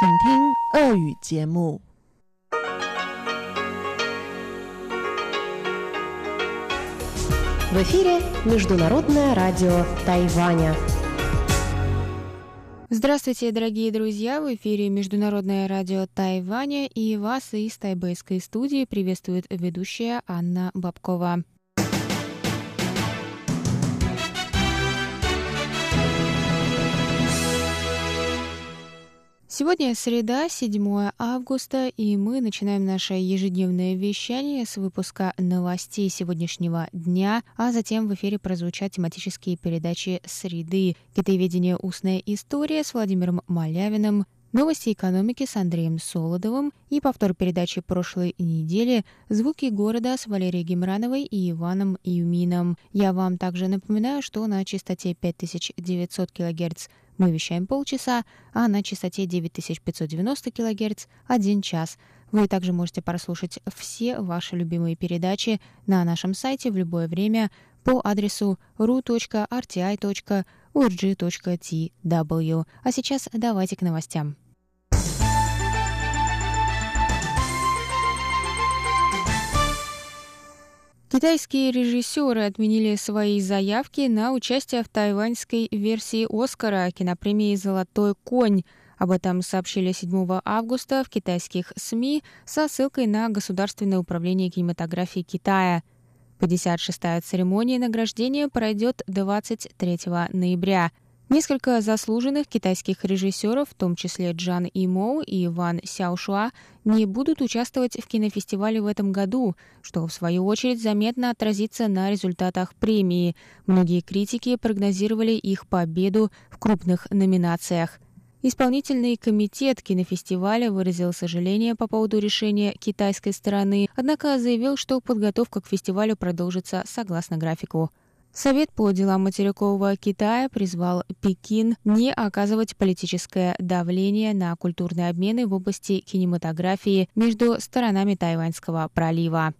请听俄语节目。 В эфире Международное радио Тайваня. Здравствуйте, дорогие друзья! В эфире Международное радио Тайваня, и вас из тайбэйской студии приветствует ведущая Анна Бабкова. Сегодня среда, 7 августа, и мы начинаем наше ежедневное вещание с выпуска новостей сегодняшнего дня, а затем в эфире прозвучат тематические передачи «Среды», «Китаеведение. Устная история» с Владимиром Малявиным, «Новости экономики» с Андреем Солодовым и повтор передачи прошлой недели «Звуки города» с Валерией Гемрановой и Иваном Юмином. Я вам также напоминаю, что на частоте 5900 кГц мы вещаем полчаса, а на частоте 9590 кГц – 1 час. Вы также можете прослушать все ваши любимые передачи на нашем сайте в любое время по адресу ru.rti.org.tw. А сейчас давайте к новостям. Китайские режиссеры отменили свои заявки на участие в тайваньской версии «Оскара» кинопремии «Золотой конь». Об этом сообщили 7 августа в китайских СМИ со ссылкой на Государственное управление кинематографии Китая. 56-я церемония награждения пройдет 23 ноября. Несколько заслуженных китайских режиссеров, в том числе Джан Имоу и Ван Сяошуа, не будут участвовать в кинофестивале в этом году, что, в свою очередь, заметно отразится на результатах премии. Многие критики прогнозировали их победу в крупных номинациях. Исполнительный комитет кинофестиваля выразил сожаление по поводу решения китайской стороны, однако заявил, что подготовка к фестивалю продолжится согласно графику. Совет по делам материкового Китая призвал Пекин не оказывать политическое давление на культурные обмены в области кинематографии между сторонами Тайваньского пролива.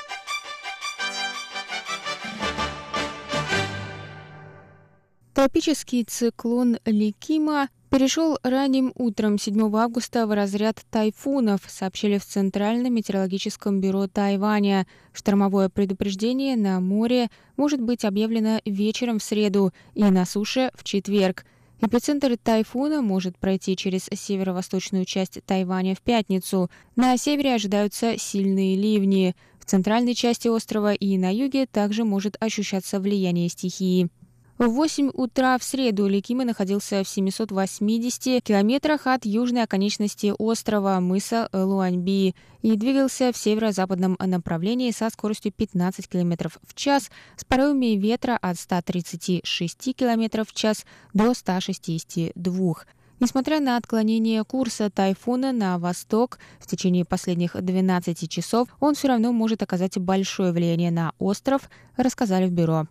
Тропический циклон Ликима перешел ранним утром 7 августа в разряд тайфунов, сообщили в Центральном метеорологическом бюро Тайваня. Штормовое предупреждение на море может быть объявлено вечером в среду и на суше в четверг. Эпицентр тайфуна может пройти через северо-восточную часть Тайваня в пятницу. На севере ожидаются сильные ливни. В центральной части острова и на юге также может ощущаться влияние стихии. В 8 утра в среду Ликима находился в 780 километрах от южной оконечности острова мыса Луаньби и двигался в северо-западном направлении со скоростью 15 км в час с порывами ветра от 136 км в час до 162. Несмотря на отклонение курса тайфуна на восток в течение последних 12 часов, он все равно может оказать большое влияние на остров, рассказали в бюро.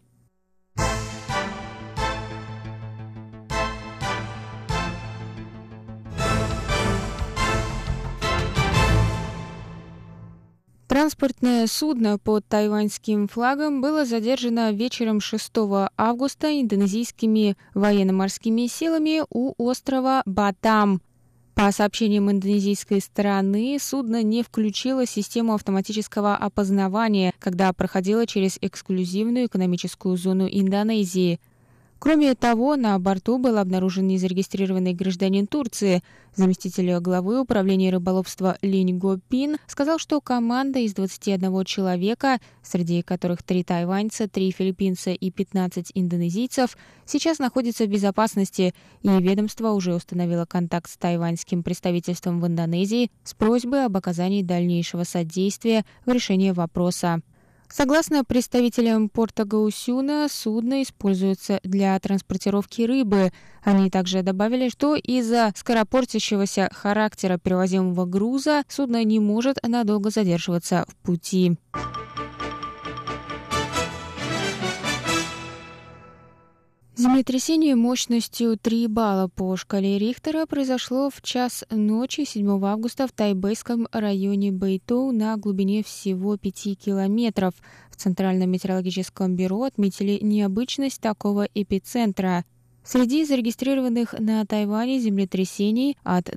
Транспортное судно под тайваньским флагом было задержано вечером 6 августа индонезийскими военно-морскими силами у острова Батам. По сообщениям индонезийской стороны, судно не включило систему автоматического опознавания, когда проходило через эксклюзивную экономическую зону Индонезии. Кроме того, на борту был обнаружен незарегистрированный гражданин Турции. Заместитель главы управления рыболовства Линь Го-Пин сказал, что команда из 21 человека, среди которых 3 тайваньца, 3 филиппинца и 15 индонезийцев, сейчас находится в безопасности, и ведомство уже установило контакт с тайваньским представительством в Индонезии с просьбой об оказании дальнейшего содействия в решении вопроса. Согласно представителям порта Гаусюна, судно используется для транспортировки рыбы. Они также добавили, что из-за скоропортящегося характера перевозимого груза судно не может надолго задерживаться в пути. Землетрясение мощностью 3 балла по шкале Рихтера произошло в час ночи 7 августа в тайбэйском районе Бэйтоу на глубине всего 5 километров. В Центральном метеорологическом бюро отметили необычность такого эпицентра. Среди зарегистрированных на Тайване землетрясений от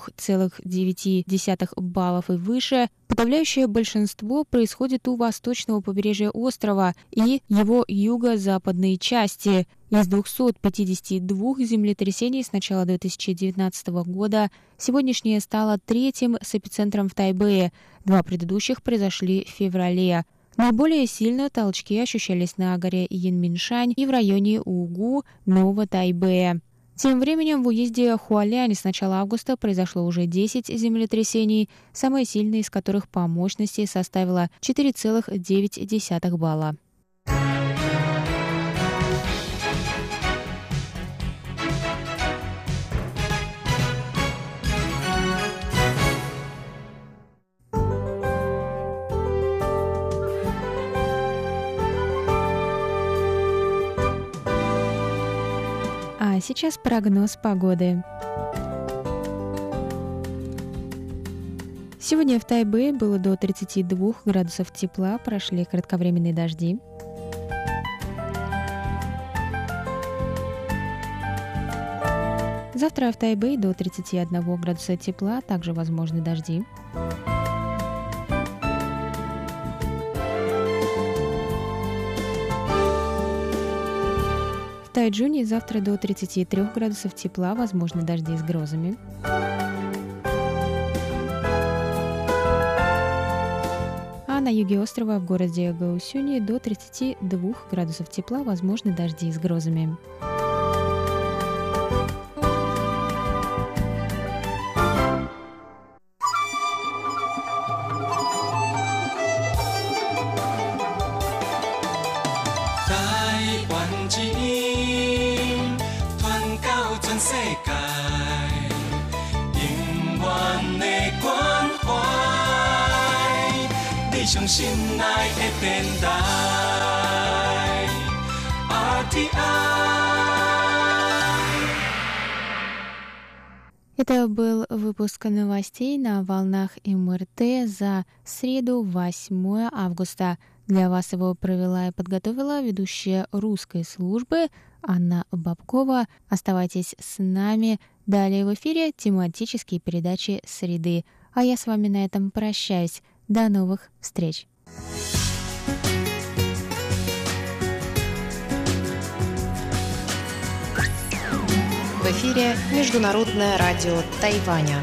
2,9 баллов и выше подавляющее большинство происходит у восточного побережья острова и его юго-западной части. Из 252 землетрясений с начала 2019 года сегодняшнее стало третьим с эпицентром в Тайбэе. 2 предыдущих произошли в феврале. Наиболее сильно толчки ощущались на горе Янминшань и в районе Угу, Нового Тайбэя. Тем временем в уезде Хуалянь с начала августа произошло уже 10 землетрясений, самое сильное из которых по мощности составило 4,9 балла. А сейчас прогноз погоды. Сегодня в Тайбэе было до 32 градусов тепла, прошли кратковременные дожди. Завтра в Тайбэе до 31 градуса тепла, также возможны дожди. В Тайчжуне завтра до 33 градусов тепла, возможны дожди с грозами. А на юге острова в городе Гаосюни до 32 градусов тепла, возможны дожди с грозами. Это был выпуск новостей на волнах МРТ за среду, 8 августа. Для вас его провела и подготовила ведущая русской службы Анна Бабкова. Оставайтесь с нами. Далее в эфире тематические передачи «Среды». А я с вами на этом прощаюсь. До новых встреч! В эфире Международное радио Тайваня.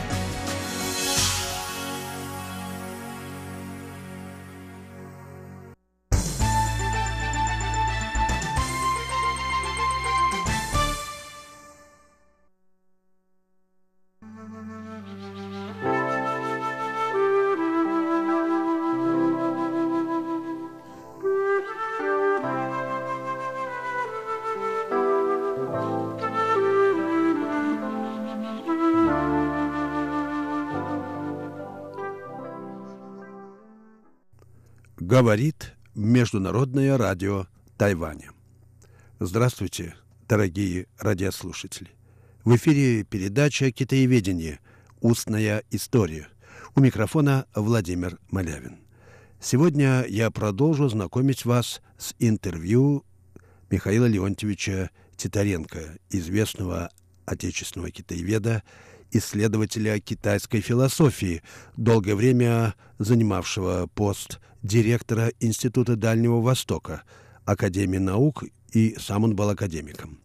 Говорит Международное радио Тайваня. Здравствуйте, дорогие радиослушатели. В эфире передача «Китаеведение. Устная история». У микрофона Владимир Малявин. Сегодня я продолжу знакомить вас с интервью Михаила Леонтьевича Титаренко, известного отечественного китаеведа, исследователя китайской философии, долгое время занимавшего пост директора Института Дальнего Востока, Академии наук, и сам он был академиком.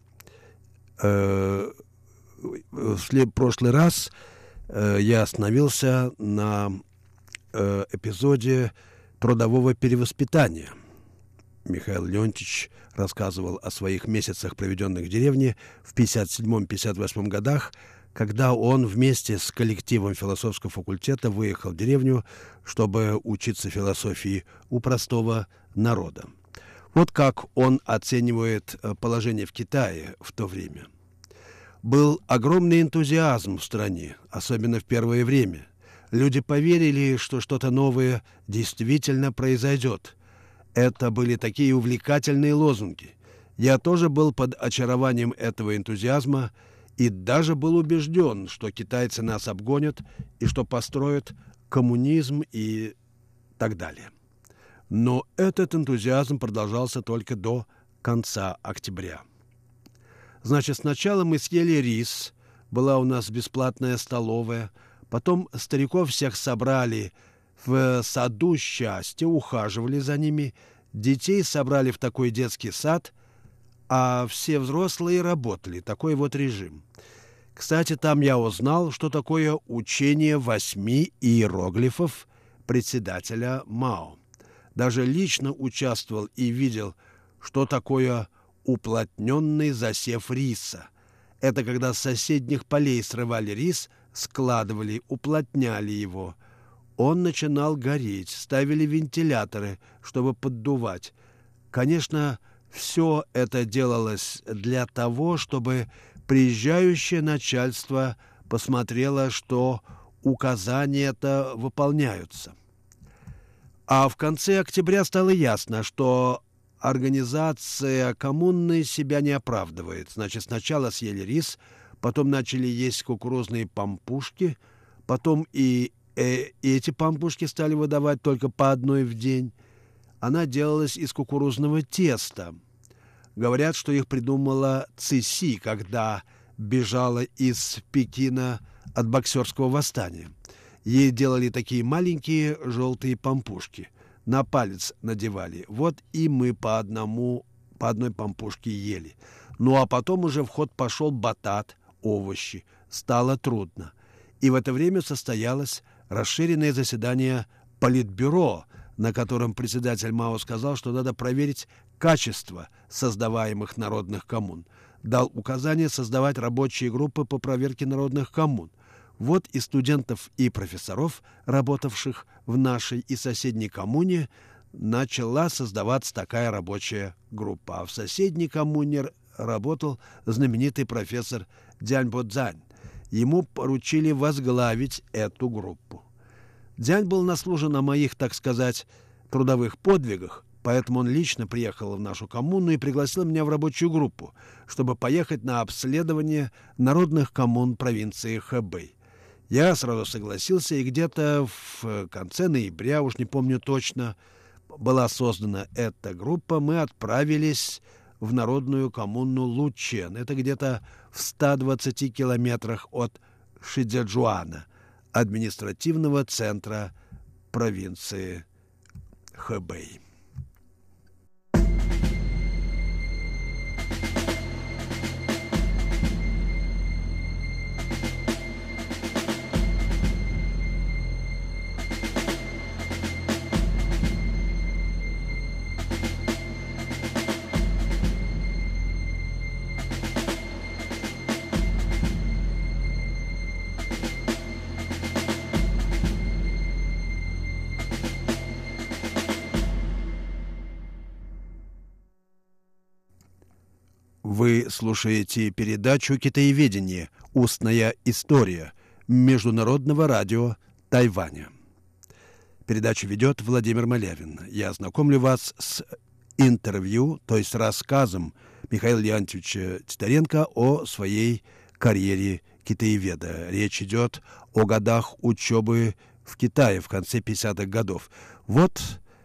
В прошлый раз я остановился на эпизоде трудового перевоспитания. Михаил Леонтьевич рассказывал о своих месяцах, проведенных в деревне в 1957-1958 годах, когда он вместе с коллективом философского факультета выехал в деревню, чтобы учиться философии у простого народа. Вот как он оценивает положение в Китае в то время. Был огромный энтузиазм в стране, особенно в первое время. Люди поверили, что что-то новое действительно произойдет. Это были такие увлекательные лозунги. Я тоже был под очарованием этого энтузиазма и даже был убежден, что китайцы нас обгонят и что построят коммунизм и так далее. Но этот энтузиазм продолжался только до конца октября. Значит, сначала мы съели рис, была у нас бесплатная столовая, потом стариков всех собрали в саду счастья, ухаживали за ними, детей собрали в такой детский сад, а все взрослые работали. Такой вот режим. Кстати, там я узнал, что такое учение 8 иероглифов председателя Мао. Даже лично участвовал и видел, что такое уплотненный засев риса. Это когда с соседних полей срывали рис, складывали, уплотняли его. Он начинал гореть, ставили вентиляторы, чтобы поддувать. Конечно, все это делалось для того, чтобы приезжающее начальство посмотрело, что указания-то выполняются. А в конце октября стало ясно, что организация коммуны себя не оправдывает. Значит, сначала съели рис, потом начали есть кукурузные пампушки, потом и эти пампушки стали выдавать только по одной в день. Она делалась из кукурузного теста. Говорят, что их придумала Цыси, когда бежала из Пекина от боксерского восстания. Ей делали такие маленькие желтые пампушки. На палец надевали. Вот и мы по одной пампушке ели. Ну а потом уже в ход пошел батат, овощи. Стало трудно. И в это время состоялось расширенное заседание Политбюро, на котором председатель Мао сказал, что надо проверить качество создаваемых народных коммун. Дал указание создавать рабочие группы по проверке народных коммун. Вот и студентов, и профессоров, работавших в нашей и соседней коммуне, начала создаваться такая рабочая группа. А в соседней коммуне работал знаменитый профессор Дзянь Бодзань. Ему поручили возглавить эту группу. Дзянь был наслушан о моих, так сказать, трудовых подвигах, поэтому он лично приехал в нашу коммуну и пригласил меня в рабочую группу, чтобы поехать на обследование народных коммун провинции Хэбэй. Я сразу согласился, и где-то в конце ноября, уж не помню точно, была создана эта группа. Мы отправились в народную коммуну Лучэн. Это где-то в 120 километрах от Шицзячжуана, административного центра провинции Хэбэй. Вы слушаете передачу «Китаеведение. Устная история» Международного радио Тайваня. Передачу ведет Владимир Малявин. Я знакомлю вас с интервью, то есть рассказом Михаила Леонтьевича Титаренко о своей карьере китаеведа. Речь идет о годах учебы в Китае в конце 50-х годов. Вот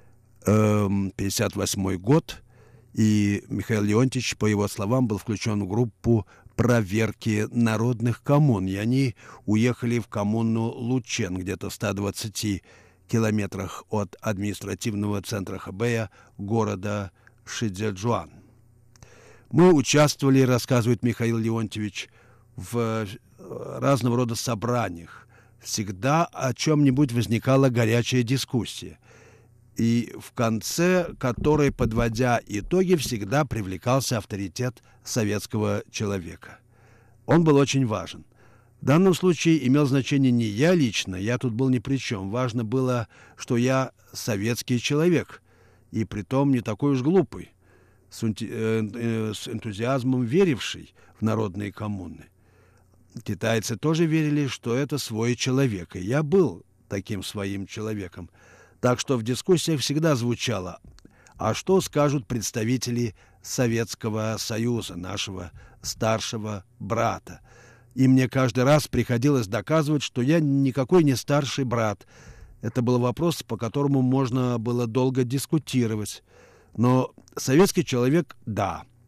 58-й год, и Михаил Леонтьевич, по его словам, был включен в группу проверки народных коммун, и они уехали в коммуну Лучэн, где-то в 120 километрах от административного центра Хэбэя, города Шицзячжуан. Мы участвовали, рассказывает Михаил Леонтьевич, в разного рода собраниях. Всегда о чем-нибудь возникала горячая дискуссия, и в конце которой, подводя итоги, всегда привлекался авторитет советского человека. Он был очень важен. В данном случае имел значение не я лично, я тут был ни при чем. Важно было, что я советский человек, и притом не такой уж глупый, с энтузиазмом веривший в народные коммуны. Китайцы тоже верили, что это свой человек, и я был таким своим человеком. Так что в дискуссиях всегда звучало: а что скажут представители Советского Союза, нашего старшего брата? И мне каждый раз приходилось доказывать, что я никакой не старший брат. Это был вопрос, по которому можно было долго дискутировать. Но советский человек, да,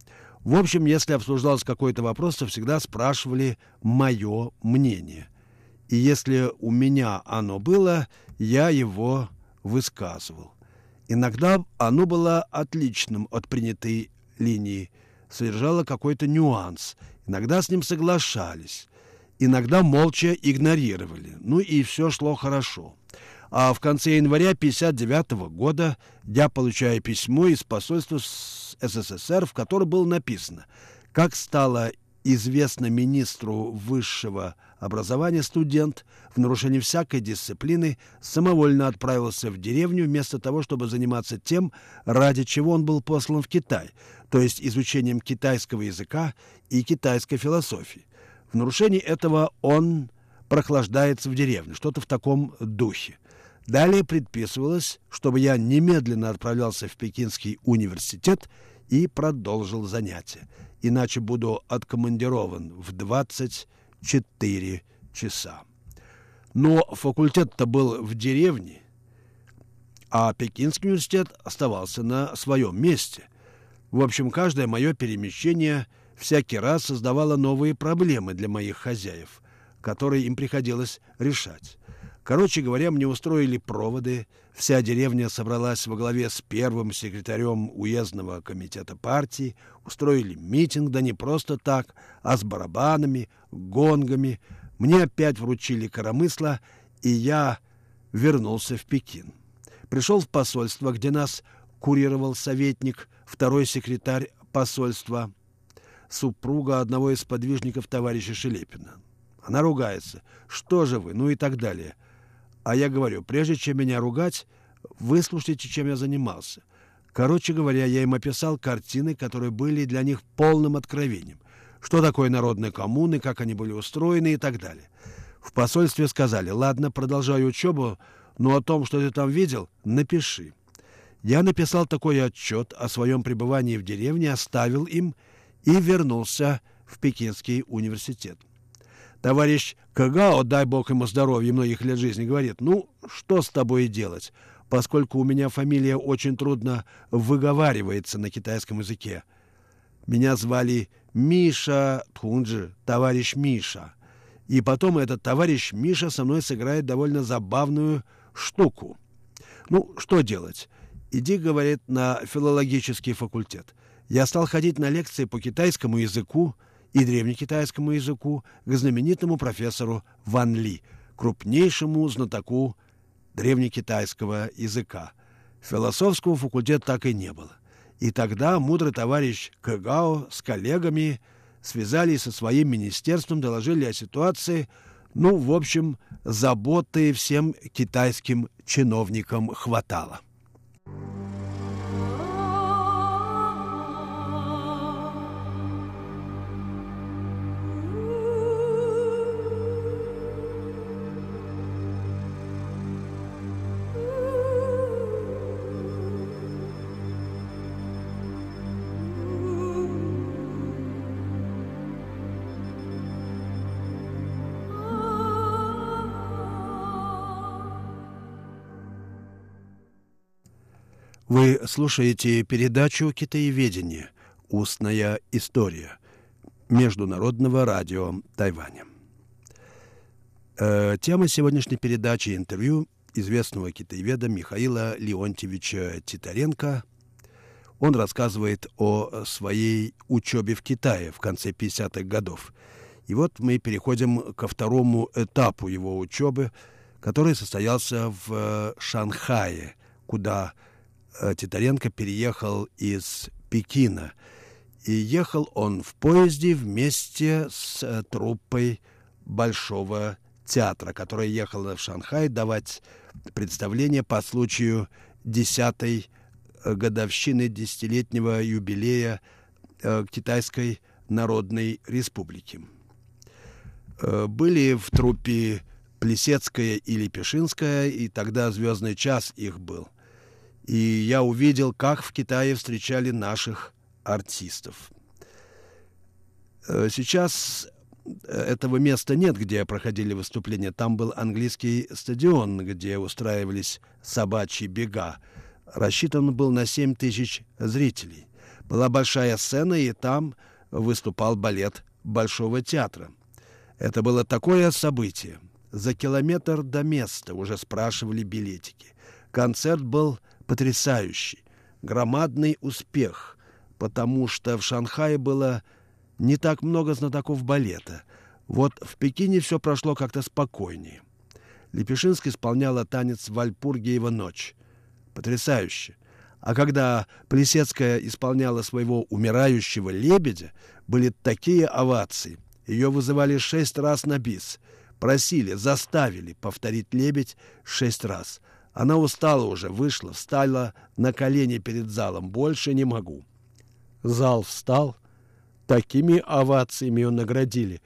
В общем, если обсуждался какой-то вопрос, то всегда спрашивали мое мнение. И если у меня оно было, я его высказывал. Иногда оно было отличным от принятой линии, содержало какой-то нюанс. Иногда с ним соглашались, иногда молча игнорировали. Ну и все шло хорошо. А в конце января 1959 года я получаю письмо из посольства СССР, в котором было написано: как стало известно министру высшего образования, студент в нарушении всякой дисциплины самовольно отправился в деревню вместо того, чтобы заниматься тем, ради чего он был послан в Китай, то есть изучением китайского языка и китайской философии. В нарушении этого он прохлаждается в деревне, что-то в таком духе. Далее предписывалось, чтобы я немедленно отправлялся в Пекинский университет и продолжил занятия, иначе буду откомандирован в 24 часа. Но факультет-то был в деревне, а Пекинский университет оставался на своем месте. В общем, каждое мое перемещение всякий раз создавало новые проблемы для моих хозяев, которые им приходилось решать. Короче говоря, мне устроили проводы, вся деревня собралась во главе с первым секретарем уездного комитета партии, устроили митинг, да не просто так, а с барабанами, гонгами. Мне опять вручили коромысло, и я вернулся в Пекин. Пришел в посольство, где нас курировал советник, второй секретарь посольства, супруга одного из подвижников товарища Шелепина. Она ругается: «Что же вы?» Ну и так далее. А я говорю: прежде чем меня ругать, выслушайте, чем я занимался. Короче говоря, я им описал картины, которые были для них полным откровением. Что такое народные коммуны, как они были устроены и так далее. В посольстве сказали: ладно, продолжай учебу, но о том, что ты там видел, напиши. Я написал такой отчет о своем пребывании в деревне, оставил им и вернулся в Пекинский университет. Товарищ Кагао, дай бог ему здоровья и многих лет жизни, говорит: ну, что с тобой делать, поскольку у меня фамилия очень трудно выговаривается на китайском языке. Меня звали Миша Тунджи, товарищ Миша. И потом этот товарищ Миша со мной сыграет довольно забавную штуку. Ну, что делать? Иди, говорит, на филологический факультет. Я стал ходить на лекции по китайскому языку и древнекитайскому языку к знаменитому профессору Ван Ли, крупнейшему знатоку древнекитайского языка. Философского факультета так и не было. И тогда мудрый товарищ Кагао с коллегами связались со своим министерством, доложили о ситуации. Ну, в общем, заботы всем китайским чиновникам хватало. Вы слушаете передачу «Китаеведение. Устная история» Международного радио Тайваня. Тема сегодняшней передачи — интервью известного китаеведа Михаила Леонтьевича Титаренко. Он рассказывает о своей учебе в Китае в конце 50-х годов. И вот мы переходим ко второму этапу его учебы, который состоялся в Шанхае, куда Титаренко переехал из Пекина. И ехал он в поезде вместе с труппой Большого театра, которая ехала в Шанхай давать представление по случаю 10-й годовщины 10-летнего юбилея Китайской Народной Республики. Были в труппе Плесецкая и Лепешинская, и тогда «Звездный час» их был. И я увидел, как в Китае встречали наших артистов. Сейчас этого места нет, где проходили выступления. Там был английский стадион, где устраивались собачьи бега. Рассчитан был на 7 тысяч зрителей. Была большая сцена, и там выступал балет Большого театра. Это было такое событие. За километр до места уже спрашивали билетики. Концерт был потрясающий, громадный успех, потому что в Шанхае было не так много знатоков балета. Вот в Пекине все прошло как-то спокойнее. Лепешинск исполняла танец «Вальпургиева ночь». Потрясающе. А когда Плесецкая исполняла своего умирающего лебедя, были такие овации. Ее вызывали 6 раз на бис. Просили, заставили повторить «Лебедь» 6 раз. Она устала уже, вышла, встала на колени перед залом. Больше не могу. Зал встал. Такими овациями ее наградили.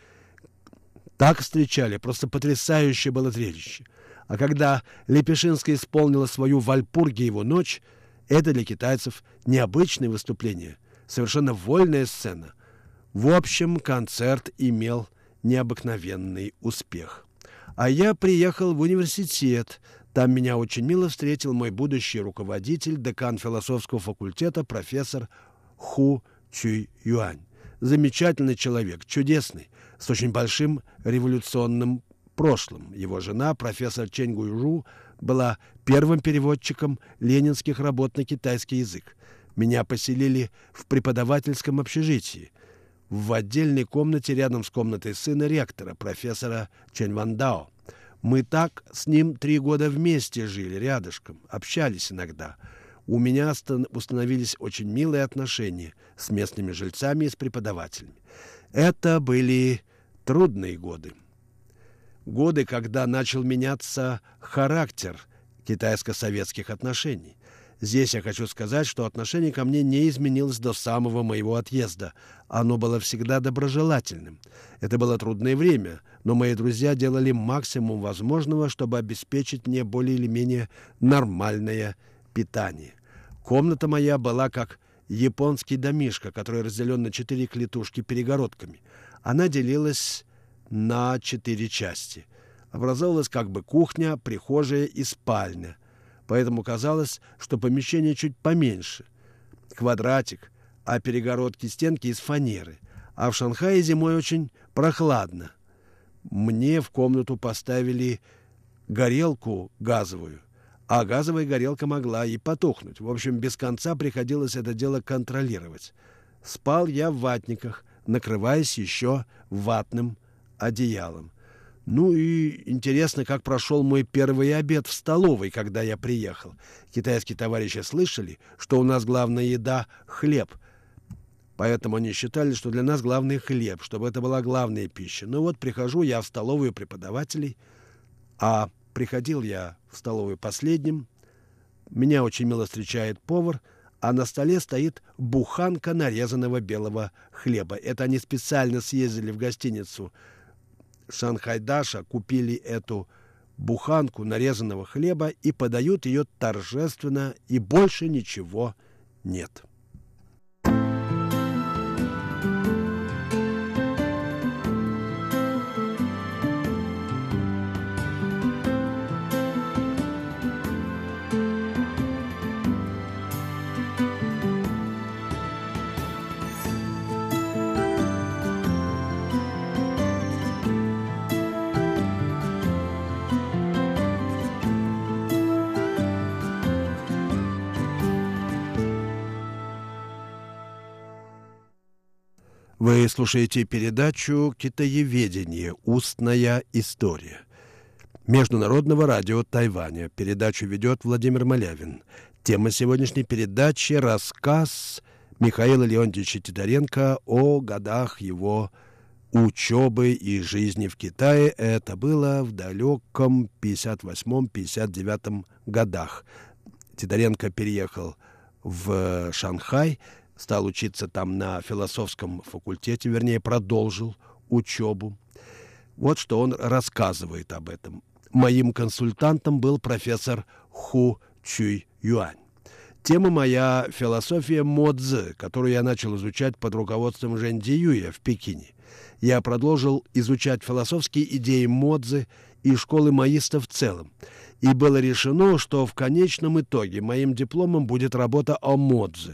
Так встречали, просто потрясающее было зрелище. А когда Лепешинская исполнила свою «Вальпургиеву ночь», это для китайцев необычное выступление, совершенно вольная сцена. В общем, концерт имел необыкновенный успех. А я приехал в университет. Там меня очень мило встретил мой будущий руководитель, декан философского факультета, профессор Ху Чуй-Юань. Замечательный человек, чудесный, с очень большим революционным прошлым. Его жена, профессор Чэнь Гуйжу, была первым переводчиком ленинских работ на китайский язык. Меня поселили в преподавательском общежитии, в отдельной комнате рядом с комнатой сына ректора, профессора Чэнь Вандао. Мы так с ним 3 года вместе жили, рядышком, общались иногда. У меня установились очень милые отношения с местными жильцами и с преподавателями. Это были трудные годы. Годы, когда начал меняться характер китайско-советских отношений. Здесь я хочу сказать, что отношение ко мне не изменилось до самого моего отъезда. Оно было всегда доброжелательным. Это было трудное время, но мои друзья делали максимум возможного, чтобы обеспечить мне более или менее нормальное питание. Комната моя была как японский домишко, который разделен на 4 клетушки перегородками. Она делилась на 4 части. Образовалась как бы кухня, прихожая и спальня. Поэтому казалось, что помещение чуть поменьше. Квадратик, а перегородки стенки из фанеры. А в Шанхае зимой очень прохладно. Мне в комнату поставили горелку газовую, а газовая горелка могла и потухнуть. В общем, без конца приходилось это дело контролировать. Спал я в ватниках, накрываясь еще ватным одеялом. Ну и интересно, как прошел мой первый обед в столовой, когда я приехал. Китайские товарищи слышали, что у нас главная еда – хлеб. Поэтому они считали, что для нас главный хлеб, чтобы это была главная пища. Ну вот прихожу я в столовую преподавателей, а приходил я в столовую последним. Меня очень мило встречает повар, а на столе стоит буханка нарезанного белого хлеба. Это они специально съездили в гостиницу Шанхайдаша, купили эту буханку нарезанного хлеба и подают ее торжественно, и больше ничего нет. Вы слушаете передачу «Китаеведение. Устная история» Международного радио Тайваня. Передачу ведет Владимир Малявин. Тема сегодняшней передачи – рассказ Михаила Леонтьевича Титаренко о годах его учебы и жизни в Китае. Это было в далеком 58-59 годах. Титаренко переехал в Шанхай, стал учиться там на философском факультете, вернее, продолжил учебу. Вот что он рассказывает об этом. Моим консультантом был профессор Ху Чуй-Юань. Тема моя – философия Мо-цзы, которую я начал изучать под руководством Жэнь Дiyuя в Пекине. Я продолжил изучать философские идеи Мо-цзы и школы маоистов в целом. И было решено, что в конечном итоге моим дипломом будет работа о Мо-цзы.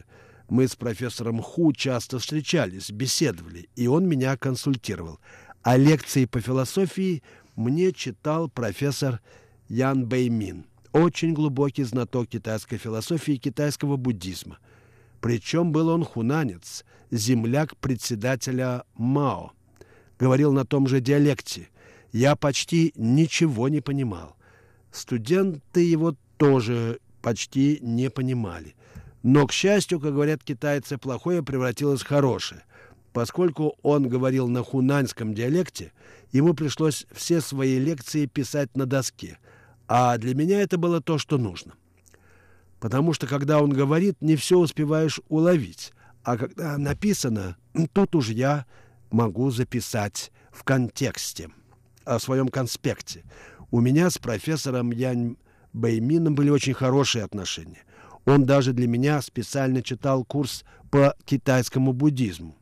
Мы с профессором Ху часто встречались, беседовали, и он меня консультировал. А лекции по философии мне читал профессор Ян Бэймин, очень глубокий знаток китайской философии и китайского буддизма. Причем был он хунанец, земляк председателя Мао. Говорил на том же диалекте. Я почти ничего не понимал. Студенты его тоже почти не понимали. Но, к счастью, как говорят китайцы, плохое превратилось в хорошее. Поскольку он говорил на хунаньском диалекте, ему пришлось все свои лекции писать на доске. А для меня это было то, что нужно. Потому что, когда он говорит, не все успеваешь уловить. А когда написано, тут уж я могу записать в контексте, в своем конспекте. У меня с профессором Ян Бэймином были очень хорошие отношения. Он даже для меня специально читал курс по китайскому буддизму.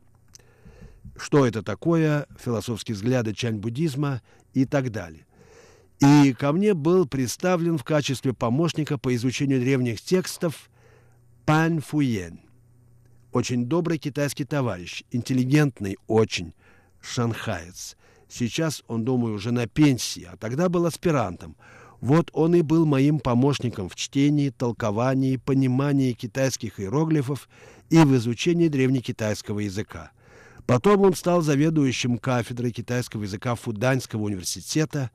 Что это такое, философские взгляды чань-буддизма и так далее. И ко мне был представлен в качестве помощника по изучению древних текстов Пан Фуен. Очень добрый китайский товарищ, интеллигентный очень, шанхаец. Сейчас он, думаю, уже на пенсии, а тогда был аспирантом. Вот он и был моим помощником в чтении, толковании, понимании китайских иероглифов и в изучении древнекитайского языка. Потом он стал заведующим кафедрой китайского языка Фуданьского университета,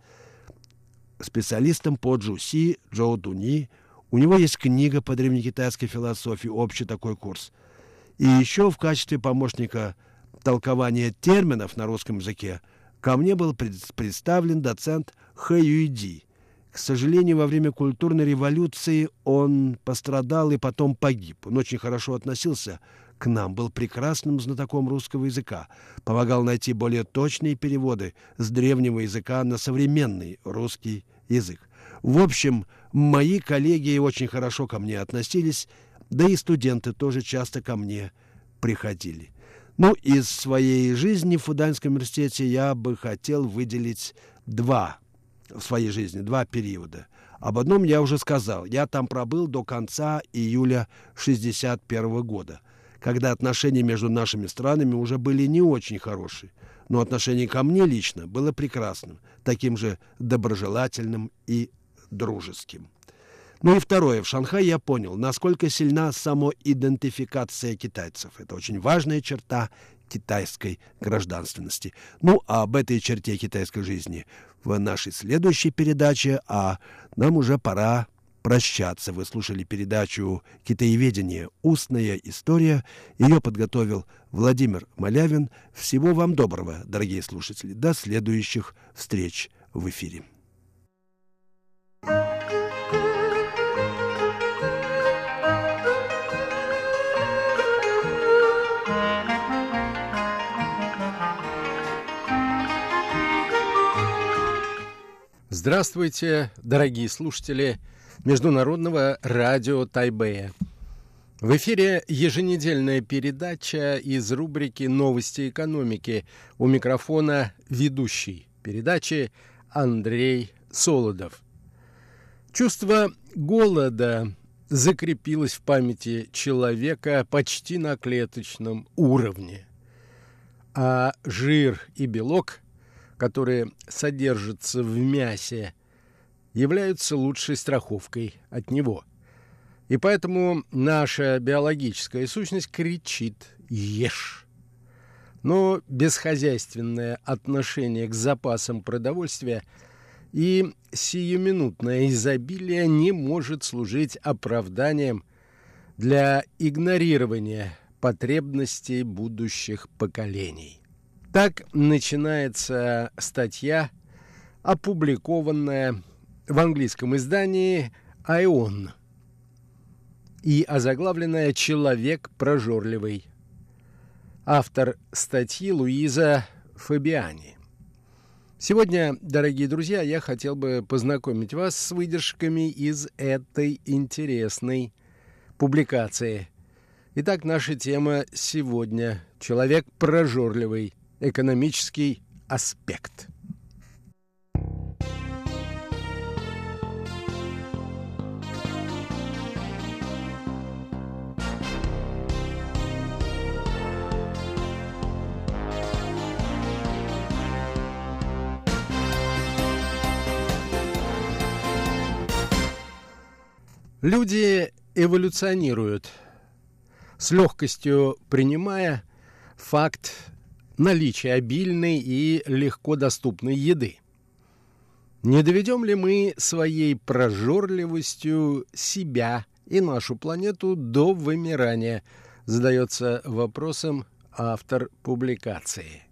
специалистом по джуси, Джоу Дуни. У него есть книга по древнекитайской философии, общий такой курс. И еще в качестве помощника толкования терминов на русском языке ко мне был представлен доцент Хэ Юйди. К сожалению, во время культурной революции он пострадал и потом погиб. Он очень хорошо относился к нам, был прекрасным знатоком русского языка, помогал найти более точные переводы с древнего языка на современный русский язык. В общем, мои коллеги очень хорошо ко мне относились, да и студенты тоже часто ко мне приходили. Ну, из своей жизни в Фуданьском университете я бы хотел выделить два периода. Об одном я уже сказал. Я там пробыл до конца июля 1961 года, когда отношения между нашими странами уже были не очень хорошие. Но отношение ко мне лично было прекрасным, таким же доброжелательным и дружеским. Ну и второе. В Шанхае я понял, насколько сильна самоидентификация китайцев. Это очень важная черта китайской гражданственности. Ну, а об этой черте китайской жизни в нашей следующей передаче, а нам уже пора прощаться. Вы слушали передачу «Китаеведение. Устная история». Ее подготовил Владимир Малявин. Всего вам доброго, дорогие слушатели. До следующих встреч в эфире. Здравствуйте, дорогие слушатели Международного радио Тайбэя. В эфире еженедельная передача из рубрики «Новости экономики». У микрофона ведущий передачи Андрей Солодов. Чувство голода закрепилось в памяти человека почти на клеточном уровне. А жир и белок, которые содержатся в мясе, являются лучшей страховкой от него. И поэтому наша биологическая сущность кричит «Ешь!». Но бесхозяйственное отношение к запасам продовольствия и сиюминутное изобилие не может служить оправданием для игнорирования потребностей будущих поколений. Так начинается статья, опубликованная в английском издании «Айон» и озаглавленная «Человек прожорливый». Автор статьи Луиза Фабиани. Сегодня, дорогие друзья, я хотел бы познакомить вас с выдержками из этой интересной публикации. Итак, наша тема сегодня – «Человек прожорливый. Экономический аспект». Люди эволюционируют, с легкостью принимая факт наличия обильной и легко доступной еды. Не доведем ли мы своей прожорливостью себя и нашу планету до вымирания, задается вопросом автор публикации.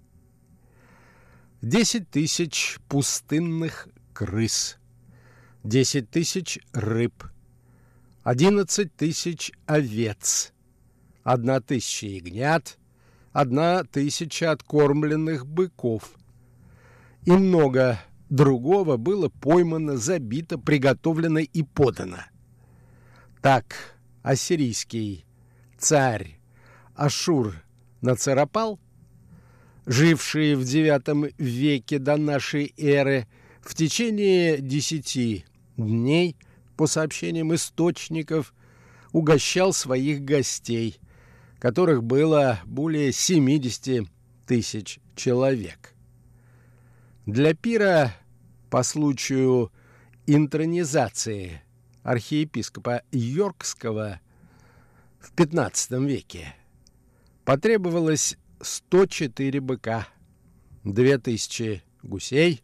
10 тысяч пустынных крыс, 10 тысяч рыб, 11 тысяч овец, 1 тысяча ягнят, 1 тысяча откормленных быков и много другого было поймано, забито, приготовлено и подано. Так ассирийский царь Ашур-Нацарапал, живший в IX веке до нашей эры, в течение 10 дней, по сообщениям источников, угощал своих гостей, которых было более 70 тысяч человек. Для пира по случаю интронизации архиепископа Йоркского в XV веке потребовалось 104 быка, 2000 гусей,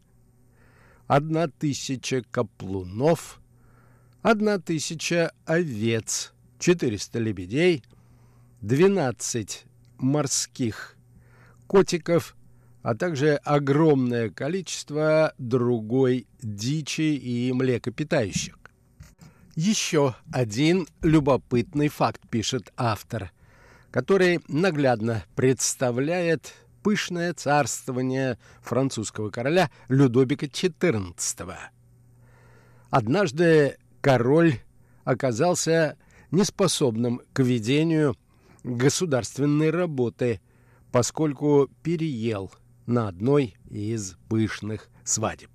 1000 каплунов, 1000 овец, 400 лебедей, 12 морских котиков, а также огромное количество другой дичи и млекопитающих. Еще один любопытный факт, пишет автор, который наглядно представляет пышное царствование французского короля Людовика XIV. Однажды король оказался неспособным к ведению государственной работы, поскольку переел на одной из пышных свадеб.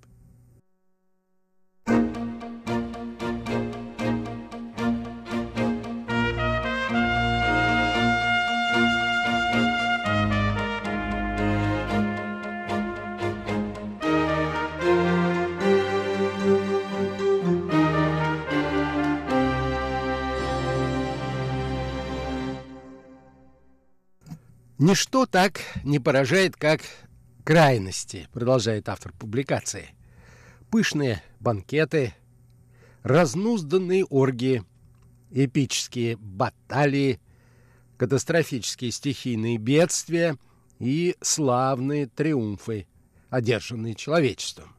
Ничто так не поражает, как крайности, продолжает автор публикации. Пышные банкеты, разнузданные оргии, эпические баталии, катастрофические стихийные бедствия и славные триумфы, одержанные человечеством.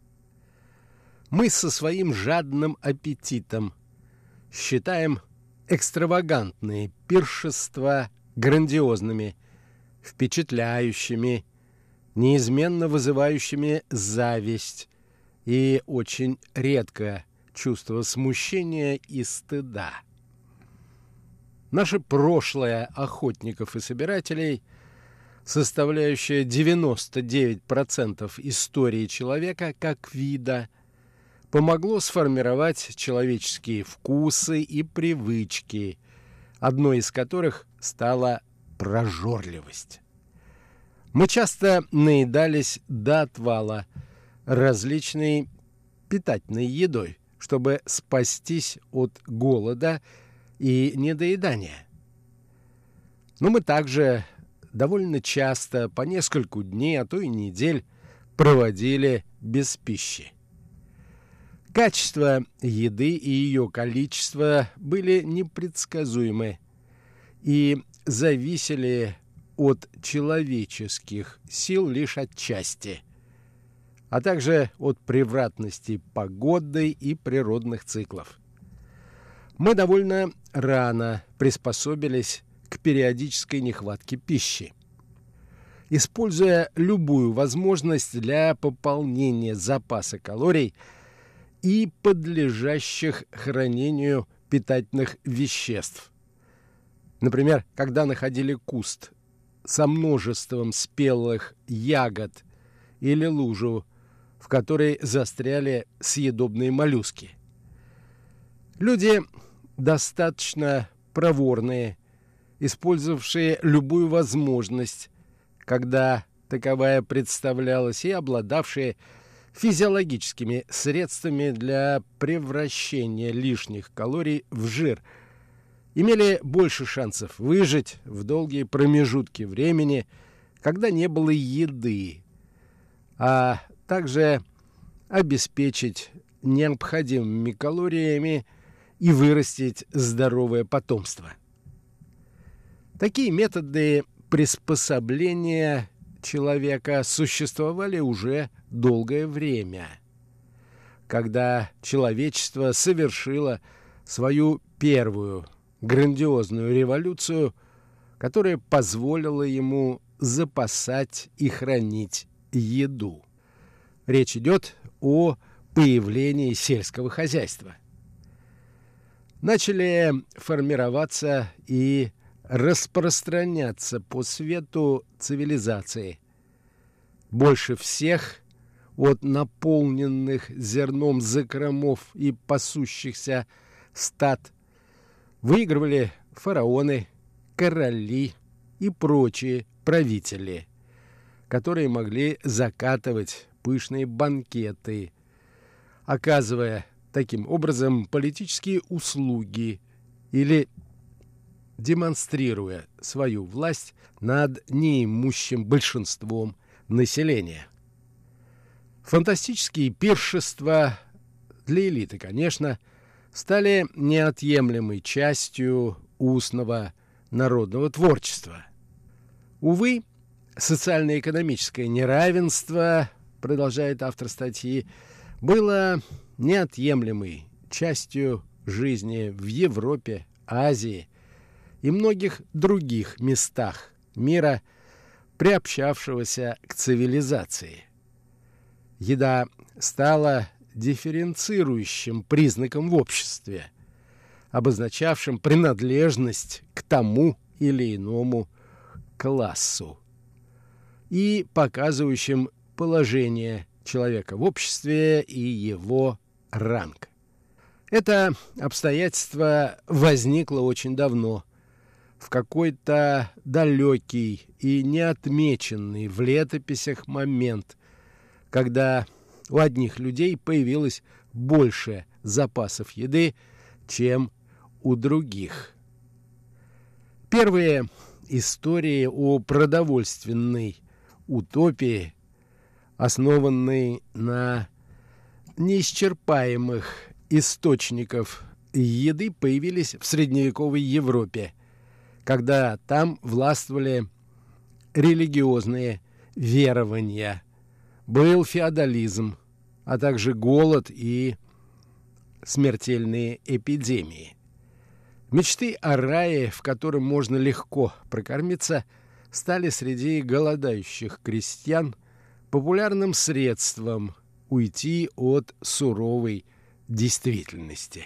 Мы со своим жадным аппетитом считаем экстравагантные пиршества грандиозными, впечатляющими, неизменно вызывающими зависть и очень редко чувство смущения и стыда. Наше прошлое охотников и собирателей, составляющее 99% истории человека как вида, помогло сформировать человеческие вкусы и привычки, одной из которых стала прожорливость. Мы часто наедались до отвала различной питательной едой, чтобы спастись от голода и недоедания. Но мы также довольно часто по нескольку дней, а то и недель проводили без пищи. Качество еды и ее количество были непредсказуемы и зависели от человеческих сил лишь отчасти, а также от превратности погоды и природных циклов. Мы довольно рано приспособились к периодической нехватке пищи. Используя любую возможность для пополнения запаса калорий и подлежащих хранению питательных веществ. Например, когда находили куст со множеством спелых ягод или лужу, в которой застряли съедобные моллюски. Люди достаточно проворные, использовавшие любую возможность, когда таковая представлялась, и обладавшие физиологическими средствами для превращения лишних калорий в жир, имели больше шансов выжить в долгие промежутки времени, когда не было еды, а также обеспечить необходимыми калориями и вырастить здоровое потомство. Такие методы приспособления человека существовали уже долгое время, когда человечество совершило свою первую грандиозную революцию, которая позволила ему запасать и хранить еду. Речь идет о появлении сельского хозяйства. Начали формироваться и распространяться по свету цивилизации. Больше всех от наполненных зерном закромов и пасущихся стад выигрывали фараоны, короли и прочие правители, которые могли закатывать пышные банкеты, оказывая таким образом политические услуги или демонстрируя свою власть над неимущим большинством населения. Фантастические пиршества, для элиты, конечно, стали неотъемлемой частью устного народного творчества. Увы, социально-экономическое неравенство, продолжает автор статьи, было неотъемлемой частью жизни в Европе, Азии и многих других местах мира, приобщавшегося к цивилизации. Еда стала дифференцирующим признаком в обществе, обозначавшим принадлежность к тому или иному классу и показывающим положение человека в обществе и его ранг. Это обстоятельство возникло очень давно, в какой-то далекий и неотмеченный в летописях момент, когда у одних людей появилось больше запасов еды, чем у других. Первые истории о продовольственной утопии, основанной на неисчерпаемых источниках еды, появились в средневековой Европе, когда там властвовали религиозные верования, был феодализм, а также голод и смертельные эпидемии. Мечты о рае, в котором можно легко прокормиться, стали среди голодающих крестьян популярным средством уйти от суровой действительности.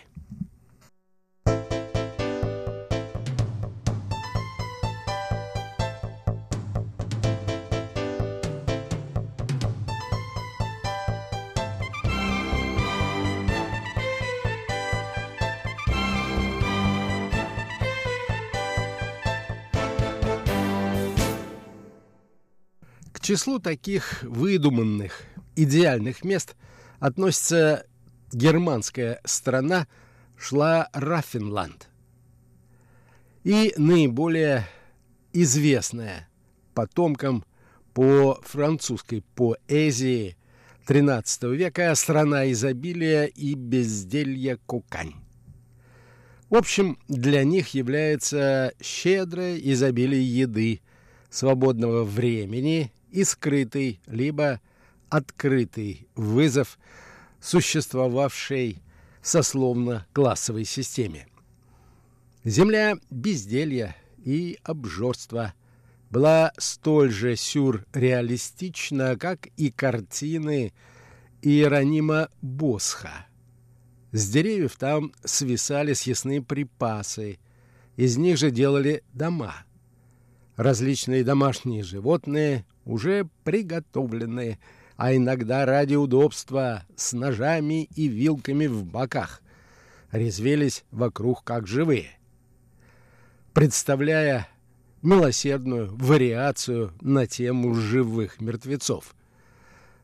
К числу таких выдуманных идеальных мест относится германская страна Шла-Раффенланд и наиболее известная потомкам по французской поэзии XIII века страна изобилия и безделья Кокань. В общем, для них является щедрое изобилие еды, свободного времени и скрытый либо открытый вызов существовавшей сословно-классовой системе. Земля безделья и обжорства была столь же сюрреалистична, как и картины Иеронима Босха. С деревьев там свисали съестные припасы, из них же делали дома. Различные домашние животные, уже приготовленные, а иногда ради удобства с ножами и вилками в боках, резвились вокруг как живые, представляя милосердную вариацию на тему живых мертвецов.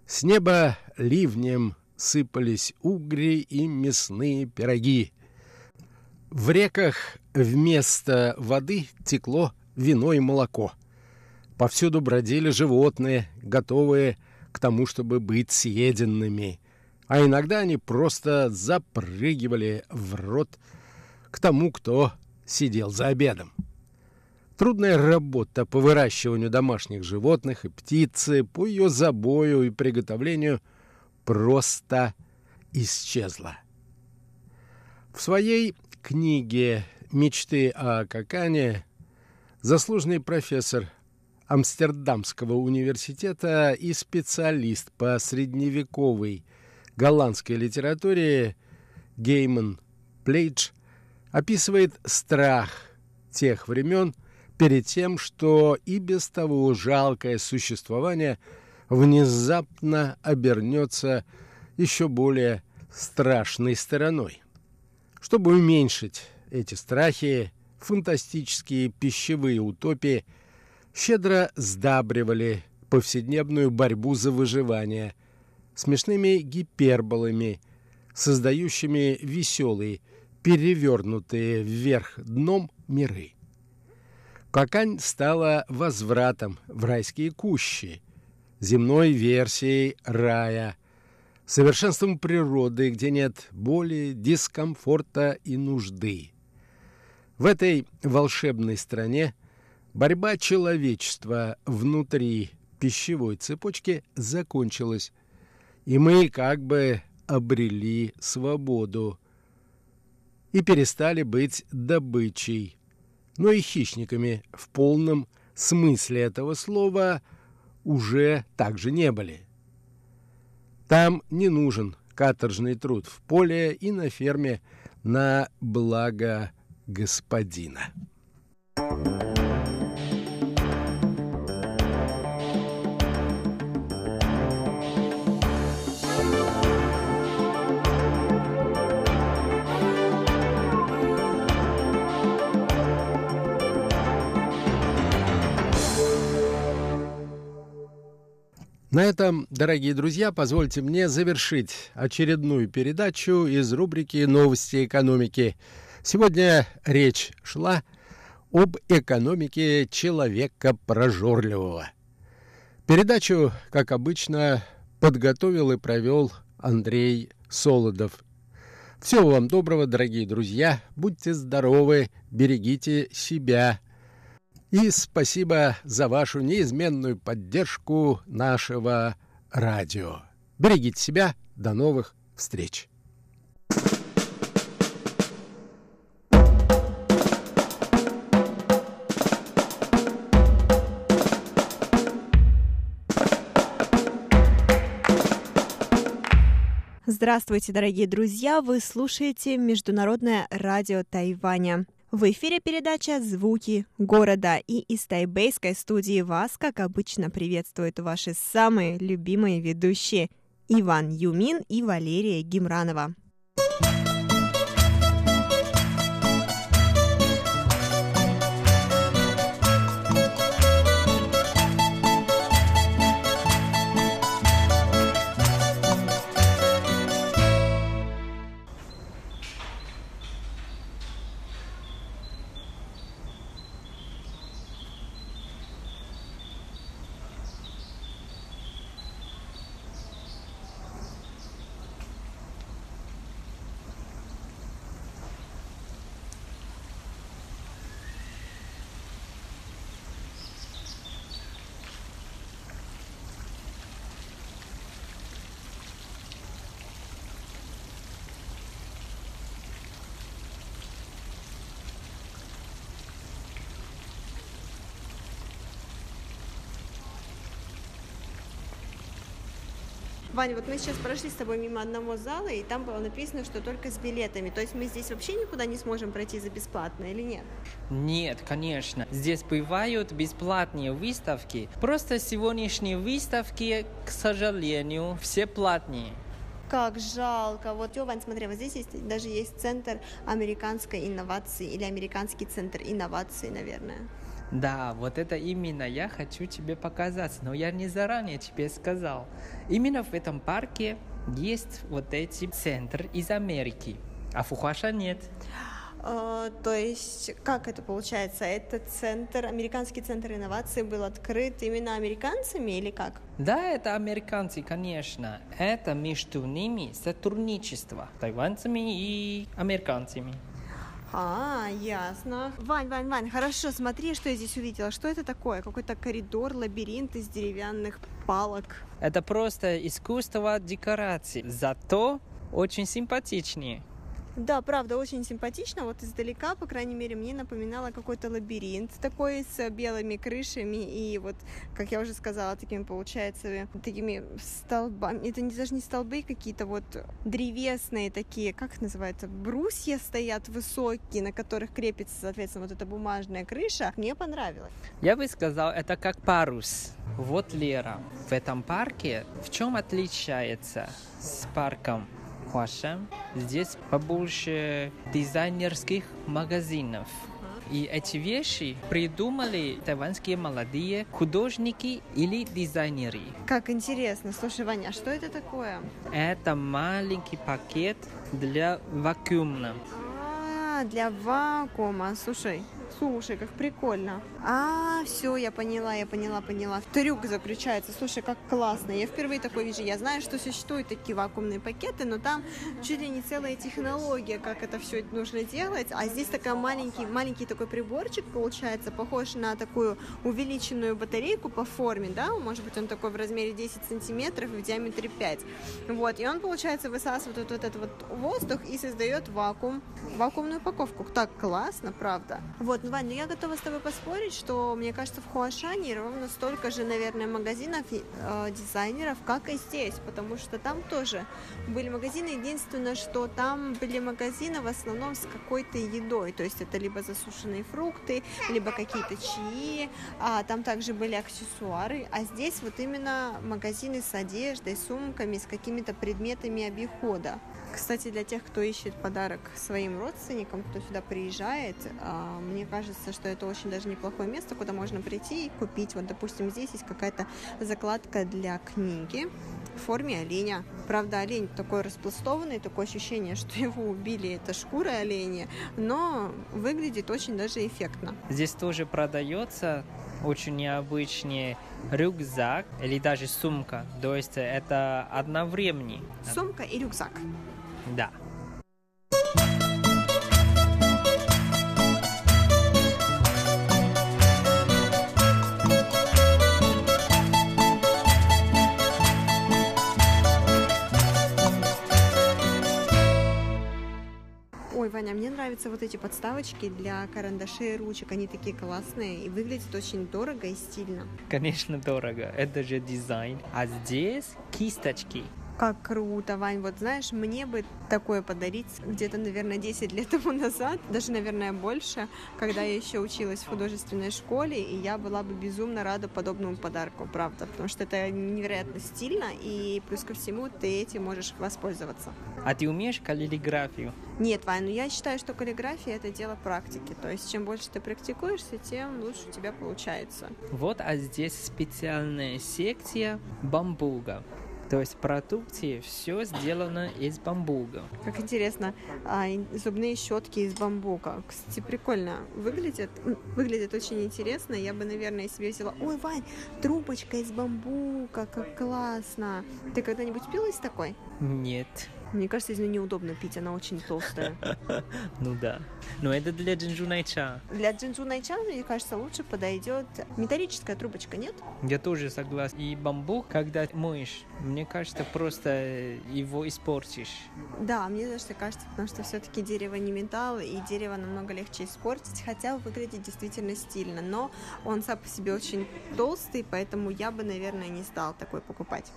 С неба ливнем сыпались угри и мясные пироги. В реках вместо воды текло вино и молоко. Повсюду бродили животные, готовые к тому, чтобы быть съеденными. А иногда они просто запрыгивали в рот к тому, кто сидел за обедом. Трудная работа по выращиванию домашних животных и птицы, по ее забою и приготовлению просто исчезла. В своей книге «Мечты о Кокане» заслуженный профессор Амстердамского университета и специалист по средневековой голландской литературе Гейман Плейдж описывает страх тех времен перед тем, что и без того жалкое существование внезапно обернется еще более страшной стороной. Чтобы уменьшить эти страхи, фантастические пищевые утопии щедро сдабривали повседневную борьбу за выживание смешными гиперболами, создающими веселые, перевернутые вверх дном миры. Кокань стала возвратом в райские кущи, земной версией рая, совершенством природы, где нет боли, дискомфорта и нужды. В этой волшебной стране борьба человечества внутри пищевой цепочки закончилась, и мы как бы обрели свободу и перестали быть добычей, но и хищниками в полном смысле этого слова уже также не были. Там не нужен каторжный труд в поле и на ферме на благо господина. На этом, дорогие друзья, позвольте мне завершить очередную передачу из рубрики «Новости экономики». Сегодня речь шла об экономике человека прожорливого. Передачу, как обычно, подготовил и провел Андрей Солодов. Всего вам доброго, дорогие друзья. Будьте здоровы, берегите себя. И спасибо за вашу неизменную поддержку нашего радио. Берегите себя. До новых встреч. Здравствуйте, дорогие друзья! Вы слушаете Международное радио Тайваня. В эфире передача «Звуки города», и из тайбэйской студии вас, как обычно, приветствуют ваши самые любимые ведущие Иван Юмин и Валерия Гимранова. Ваня, вот мы сейчас прошли с тобой мимо одного зала, и там было написано, что только с билетами. То есть мы здесь вообще никуда не сможем пройти за бесплатно или нет? Нет, конечно. Здесь бывают бесплатные выставки. Просто сегодняшние выставки, к сожалению, все платные. Как жалко. Вот, Вань, смотри, вот здесь даже есть центр американской инновации или американский центр инноваций, наверное. Да, вот это именно я хочу тебе показать, но я не заранее тебе сказал. Именно в этом парке есть вот эти центры из Америки, а в Хуаша нет. То есть, как это получается? Этот центр, американский центр инноваций был открыт именно американцами или как? Да, это американцы, конечно. Это между ними сотрудничество тайваньцами и американцами. Ясно. Вань, хорошо, смотри, что я здесь увидела. Что это такое? Какой-то коридор, лабиринт из деревянных палок. Это просто искусство декорации, зато очень симпатичнее. Да, правда, очень симпатично. Вот издалека, по крайней мере, мне напоминало какой-то лабиринт такой с белыми крышами и вот, как я уже сказала, такими, получается, такими столбами. Это даже не столбы какие-то вот древесные такие, как их называется, брусья стоят высокие, на которых крепится, соответственно, вот эта бумажная крыша. Мне понравилось. Я бы сказал, это как парус. Вот, Лера, в этом парке в чем отличается с парком Хуаша? Здесь побольше дизайнерских магазинов. И эти вещи придумали тайваньские молодые художники или дизайнеры. Как интересно. Слушай, Ваня, а что это такое? Это маленький пакет для вакуума. Для вакуума. Слушай, как прикольно. Все, я поняла. Трюк заключается. Слушай, как классно. Я впервые такое вижу. Я знаю, что существуют такие вакуумные пакеты, но там чуть ли не целая технология, как это все нужно делать. А здесь такой маленький такой приборчик получается, похож на такую увеличенную батарейку по форме, да? Может быть, он такой в размере 10 сантиметров и в диаметре 5. Вот. И он, получается, высасывает вот этот вот воздух и создает вакуумную упаковку. Так классно, правда. Вот, Вань, я готова с тобой поспорить, что, мне кажется, в Хуашане ровно столько же, наверное, магазинов дизайнеров, как и здесь, потому что там тоже были магазины. Единственное, что там были магазины в основном с какой-то едой, то есть это либо засушенные фрукты, либо какие-то чаи, там также были аксессуары, а здесь вот именно магазины с одеждой, сумками, с какими-то предметами обихода. Кстати, для тех, кто ищет подарок своим родственникам, кто сюда приезжает, мне кажется, что это очень даже неплохое место, куда можно прийти и купить. Вот, допустим, здесь есть какая-то закладка для книги в форме оленя. Правда, олень такой распластованный, такое ощущение, что его убили, это шкура оленя, но выглядит очень даже эффектно. Здесь тоже продается очень необычный рюкзак или даже сумка. То есть это одновременно. Сумка и рюкзак. Да. Ой, Ваня, мне нравятся вот эти подставочки для карандашей и ручек. Они такие классные и выглядят очень дорого и стильно. Конечно, дорого. Это же дизайн. А здесь кисточки. Как круто, Вань. Вот знаешь, мне бы такое подарить где-то, наверное, 10 лет тому назад, даже, наверное, больше, когда я еще училась в художественной школе, и я была бы безумно рада подобному подарку, правда, потому что это невероятно стильно, и плюс ко всему ты этим можешь воспользоваться. А ты умеешь каллиграфию? Нет, Вань, я считаю, что каллиграфия — это дело практики, то есть чем больше ты практикуешься, тем лучше у тебя получается. Вот, а здесь специальная секция бамбука. То есть продукции все сделано из бамбука. Как интересно, зубные щетки из бамбука. Кстати, прикольно выглядят. Выглядит очень интересно. Я бы, наверное, себе взяла. Ой, Вань, трубочка из бамбука, как классно. Ты когда-нибудь пила из такой? Нет. Мне кажется, из нее неудобно пить, она очень толстая. Ну да. Но это для джинджу-найча. Для джинджу-найча, мне кажется, лучше подойдет металлическая трубочка, нет? Я тоже согласен. И бамбук, когда моешь, мне кажется, просто его испортишь. Да, мне даже кажется, потому что все-таки дерево не металл, и дерево намного легче испортить, хотя выглядит действительно стильно. Но он сам по себе очень толстый, поэтому я бы, наверное, не стала такой покупать.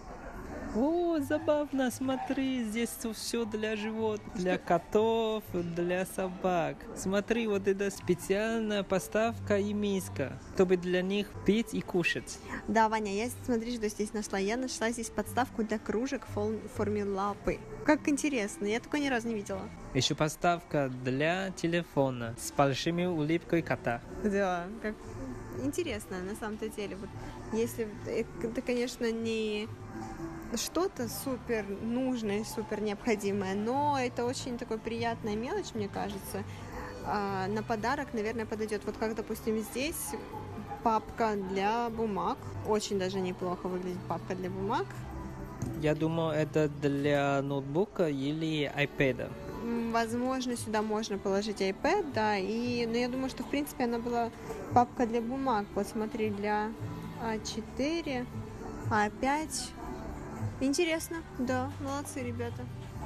О, забавно, смотри, здесь все для животных, для котов, для собак. Смотри, вот это специальная поставка и миска, чтобы для них пить и кушать. Да, Ваня, смотри, что здесь нашла. Я нашла здесь подставку для кружек в форме лапы. Как интересно, я такой ни разу не видела. Еще подставка для телефона с большими улыбкой кота. Да, интересно на самом-то деле. Вот если это, конечно, не что-то супер нужное, супер необходимое, но это очень такая приятная мелочь, мне кажется. На подарок, наверное, подойдет. Вот как, допустим, здесь папка для бумаг. Очень даже неплохо выглядит папка для бумаг. Я думаю, это для ноутбука или iPad. Возможно, сюда можно положить iPad, да, но я думаю, что, в принципе, она была папка для бумаг. Вот смотри, для А4, А5. Интересно, да, молодцы ребята.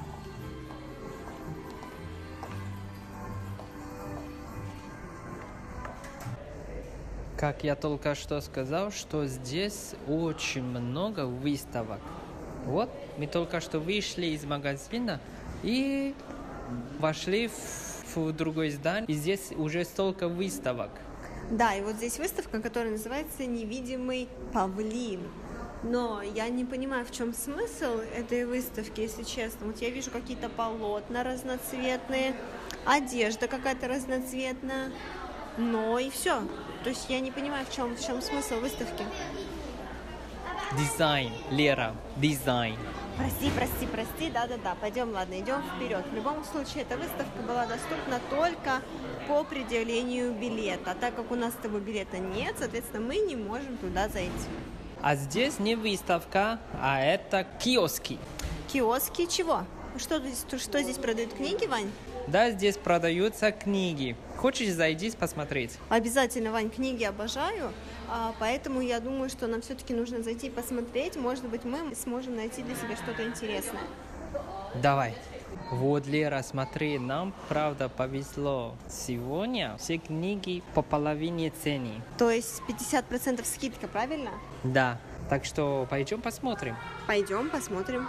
Как я только что сказал, что здесь очень много выставок. Вот, мы только что вышли из магазина и вошли в другое здание, и здесь уже столько выставок. Да, и вот здесь выставка, которая называется «Невидимый павлин». Но я не понимаю, в чем смысл этой выставки, если честно. Вот я вижу какие-то полотна разноцветные, одежда какая-то разноцветная, но и все. То есть я не понимаю, в чем смысл выставки. Дизайн, Лера, дизайн. Прости, да, пойдем, ладно, идем вперед. В любом случае, эта выставка была доступна только по предъявлению билета. Так как у нас с тобой билета нет, соответственно, мы не можем туда зайти. А здесь не выставка, а это киоски. Киоски чего? Что здесь продают, книги, Вань? Да, здесь продаются книги. Хочешь зайти посмотреть? Обязательно, Вань, книги обожаю, поэтому я думаю, что нам все-таки нужно зайти и посмотреть. Может быть, мы сможем найти для себя что-то интересное. Давай. Вот, Лера, смотри, нам правда повезло. Сегодня все книги по половине цены. То есть 50% скидка, правильно? Да, так что пойдем посмотрим. Пойдем посмотрим.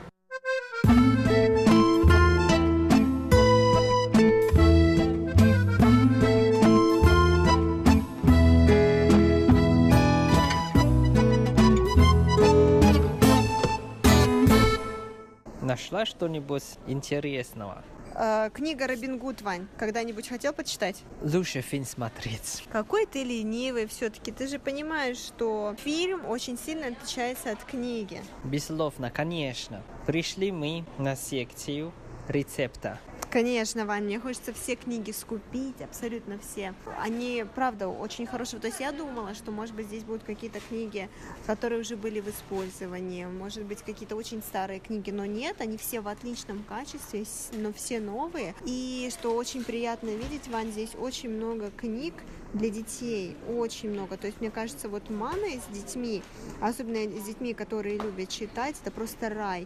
Нашла что-нибудь интересного? Книга «Робин Гуд», Вань, когда-нибудь хотел почитать? Лучше фильм смотреть. Какой ты ленивый все-таки. Ты же понимаешь, что фильм очень сильно отличается от книги. Безусловно, конечно. Пришли мы на секцию рецепта. Конечно, Вань, мне хочется все книги скупить, абсолютно все. Они, правда, очень хорошие. То есть я думала, что, может быть, здесь будут какие-то книги, которые уже были в использовании, может быть, какие-то очень старые книги, но нет, они все в отличном качестве, но все новые. И что очень приятно видеть, Вань, здесь очень много книг для детей, очень много. То есть, мне кажется, вот мамы с детьми, особенно с детьми, которые любят читать, это просто рай.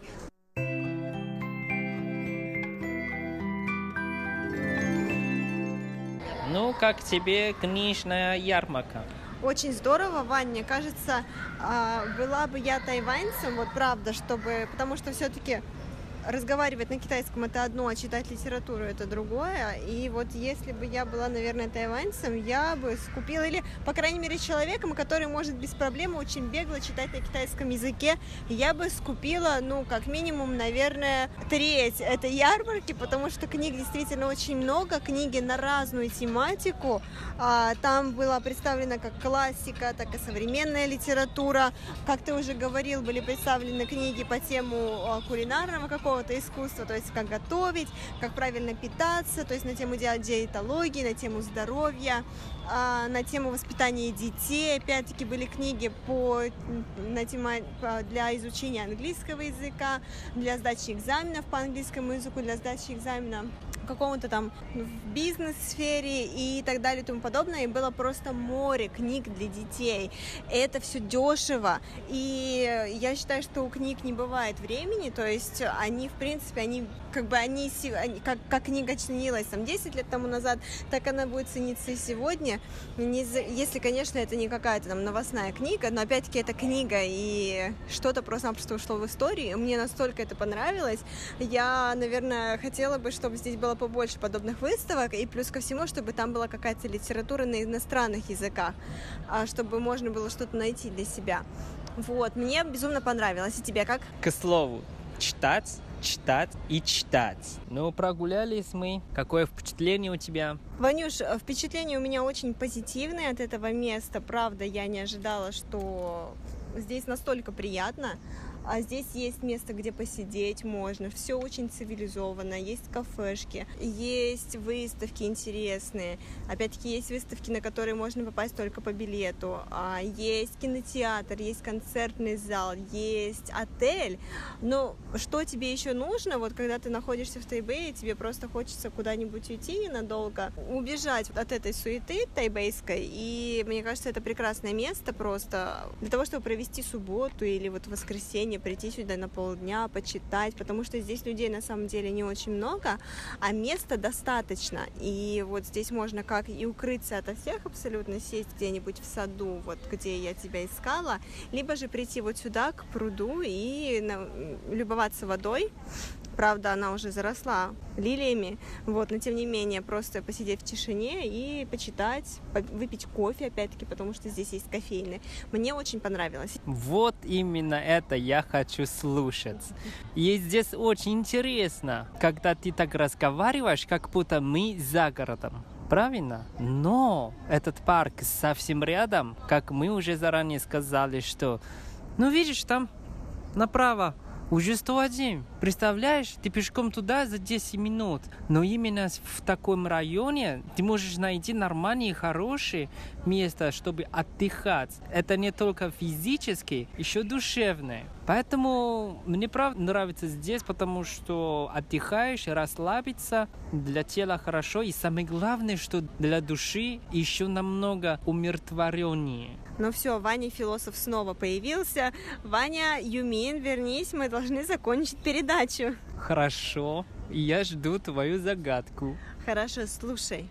Ну, как тебе книжная ярмарка? Очень здорово, Вань, мне кажется, была бы я тайваньцем, вот правда, потому что все-таки разговаривать на китайском это одно, а читать литературу это другое. И вот если бы я была, наверное, тайваньцем, я бы скупила, или, по крайней мере, человеком, который может без проблем очень бегло читать на китайском языке, я бы скупила, как минимум, наверное, треть этой ярмарки, потому что книг действительно очень много, книги на разную тематику. Там была представлена как классика, так и современная литература. Как ты уже говорил, были представлены книги по тему кулинарного какого-то искусства, то есть как готовить, как правильно питаться, то есть на тему диетологии, на тему здоровья, на тему воспитания детей. Опять-таки были книги для изучения английского языка, для сдачи экзаменов по английскому языку, для сдачи экзамена какому-то там в бизнес-сфере и так далее и тому подобное. И было просто море книг для детей. И это все дешево. И я считаю, что у книг не бывает времени, то есть они, в принципе, как книга ценилась 10 лет тому назад, так она будет цениться и сегодня. Если, конечно, это не какая-то там новостная книга, но опять-таки это книга, и что-то просто-напросто ушло в историю. Мне настолько это понравилось. Я, наверное, хотела бы, чтобы здесь было побольше подобных выставок, и плюс ко всему, чтобы там была какая-то литература на иностранных языках, чтобы можно было что-то найти для себя. Вот, мне безумно понравилось. И тебе как? К слову, читать читать и читать. Ну, прогулялись мы. Какое впечатление у тебя? Ванюш, впечатление у меня очень позитивное от этого места. Правда, я не ожидала, что здесь настолько приятно. А здесь есть место, где посидеть можно. Все очень цивилизованно. Есть кафешки, есть выставки интересные. Опять-таки, есть выставки, на которые можно попасть только по билету. Есть кинотеатр, есть концертный зал, есть отель. Но что тебе еще нужно, вот когда ты находишься в Тайбэе, тебе просто хочется куда-нибудь уйти надолго, убежать от этой суеты тайбэйской. И мне кажется, это прекрасное место просто для того, чтобы провести субботу или вот воскресенье, прийти сюда на полдня, почитать, потому что здесь людей на самом деле не очень много, а места достаточно. И вот здесь можно как и укрыться ото всех абсолютно, сесть где-нибудь в саду, вот где я тебя искала, либо же прийти вот сюда, к пруду, и любоваться водой. Правда, она уже заросла лилиями, вот, но тем не менее просто посидеть в тишине и почитать, выпить кофе, опять-таки, потому что здесь есть кофейны. Мне очень понравилось. Вот именно это я хочу слушать. И здесь очень интересно, когда ты так разговариваешь, как будто мы за городом. Правильно? Но этот парк совсем рядом, как мы уже заранее сказали, что... Ну, видишь, там направо уже 101. Представляешь, ты пешком туда за 10 минут. Но именно в таком районе ты можешь найти нормальные, хорошие места, чтобы отдыхать. Это не только физически, еще душевное. Поэтому мне правда нравится здесь, потому что отдыхаешь, расслабиться, для тела хорошо. И самое главное, что для души еще намного умиротвореннее. Ну все, Ваня философ снова появился. Ваня, Юмин, вернись, мы должны закончить передачу. Хорошо, я жду твою загадку. Хорошо, слушай.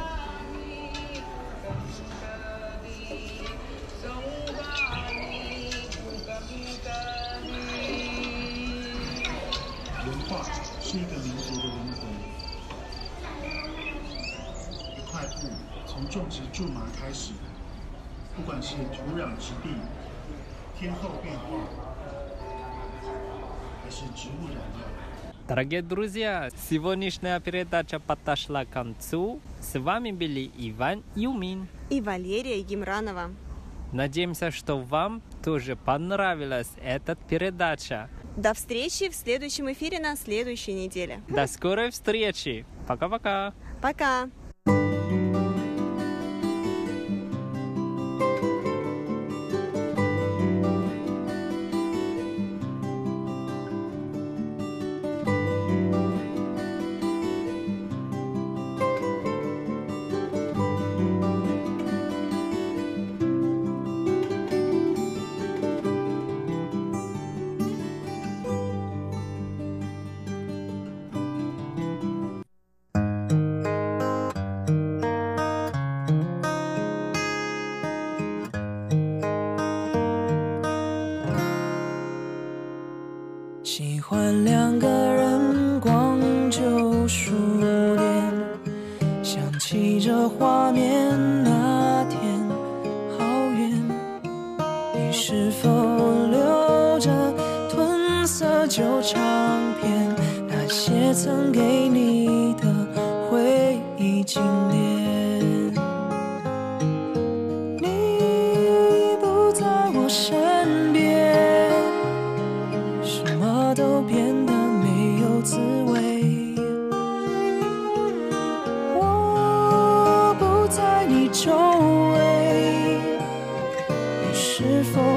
文化是一个民族的灵魂。一块布从种植苎麻开始，不管是土壤质地、天候变化，还是植物染料。 Дорогие друзья, сегодняшняя передача подошла к концу. С вами были Иван Юмин и Валерия Гимранова. Надеемся, что вам тоже понравилась эта передача. До встречи в следующем эфире на следующей неделе. До скорой встречи. Пока-пока. Пока. 两个人逛旧书店，想起这画面，那天好远。你是否留着褪色旧唱片？那些曾给你的回忆经典。你不在我身边，什么都变得没有滋味。我不在你周围，你是否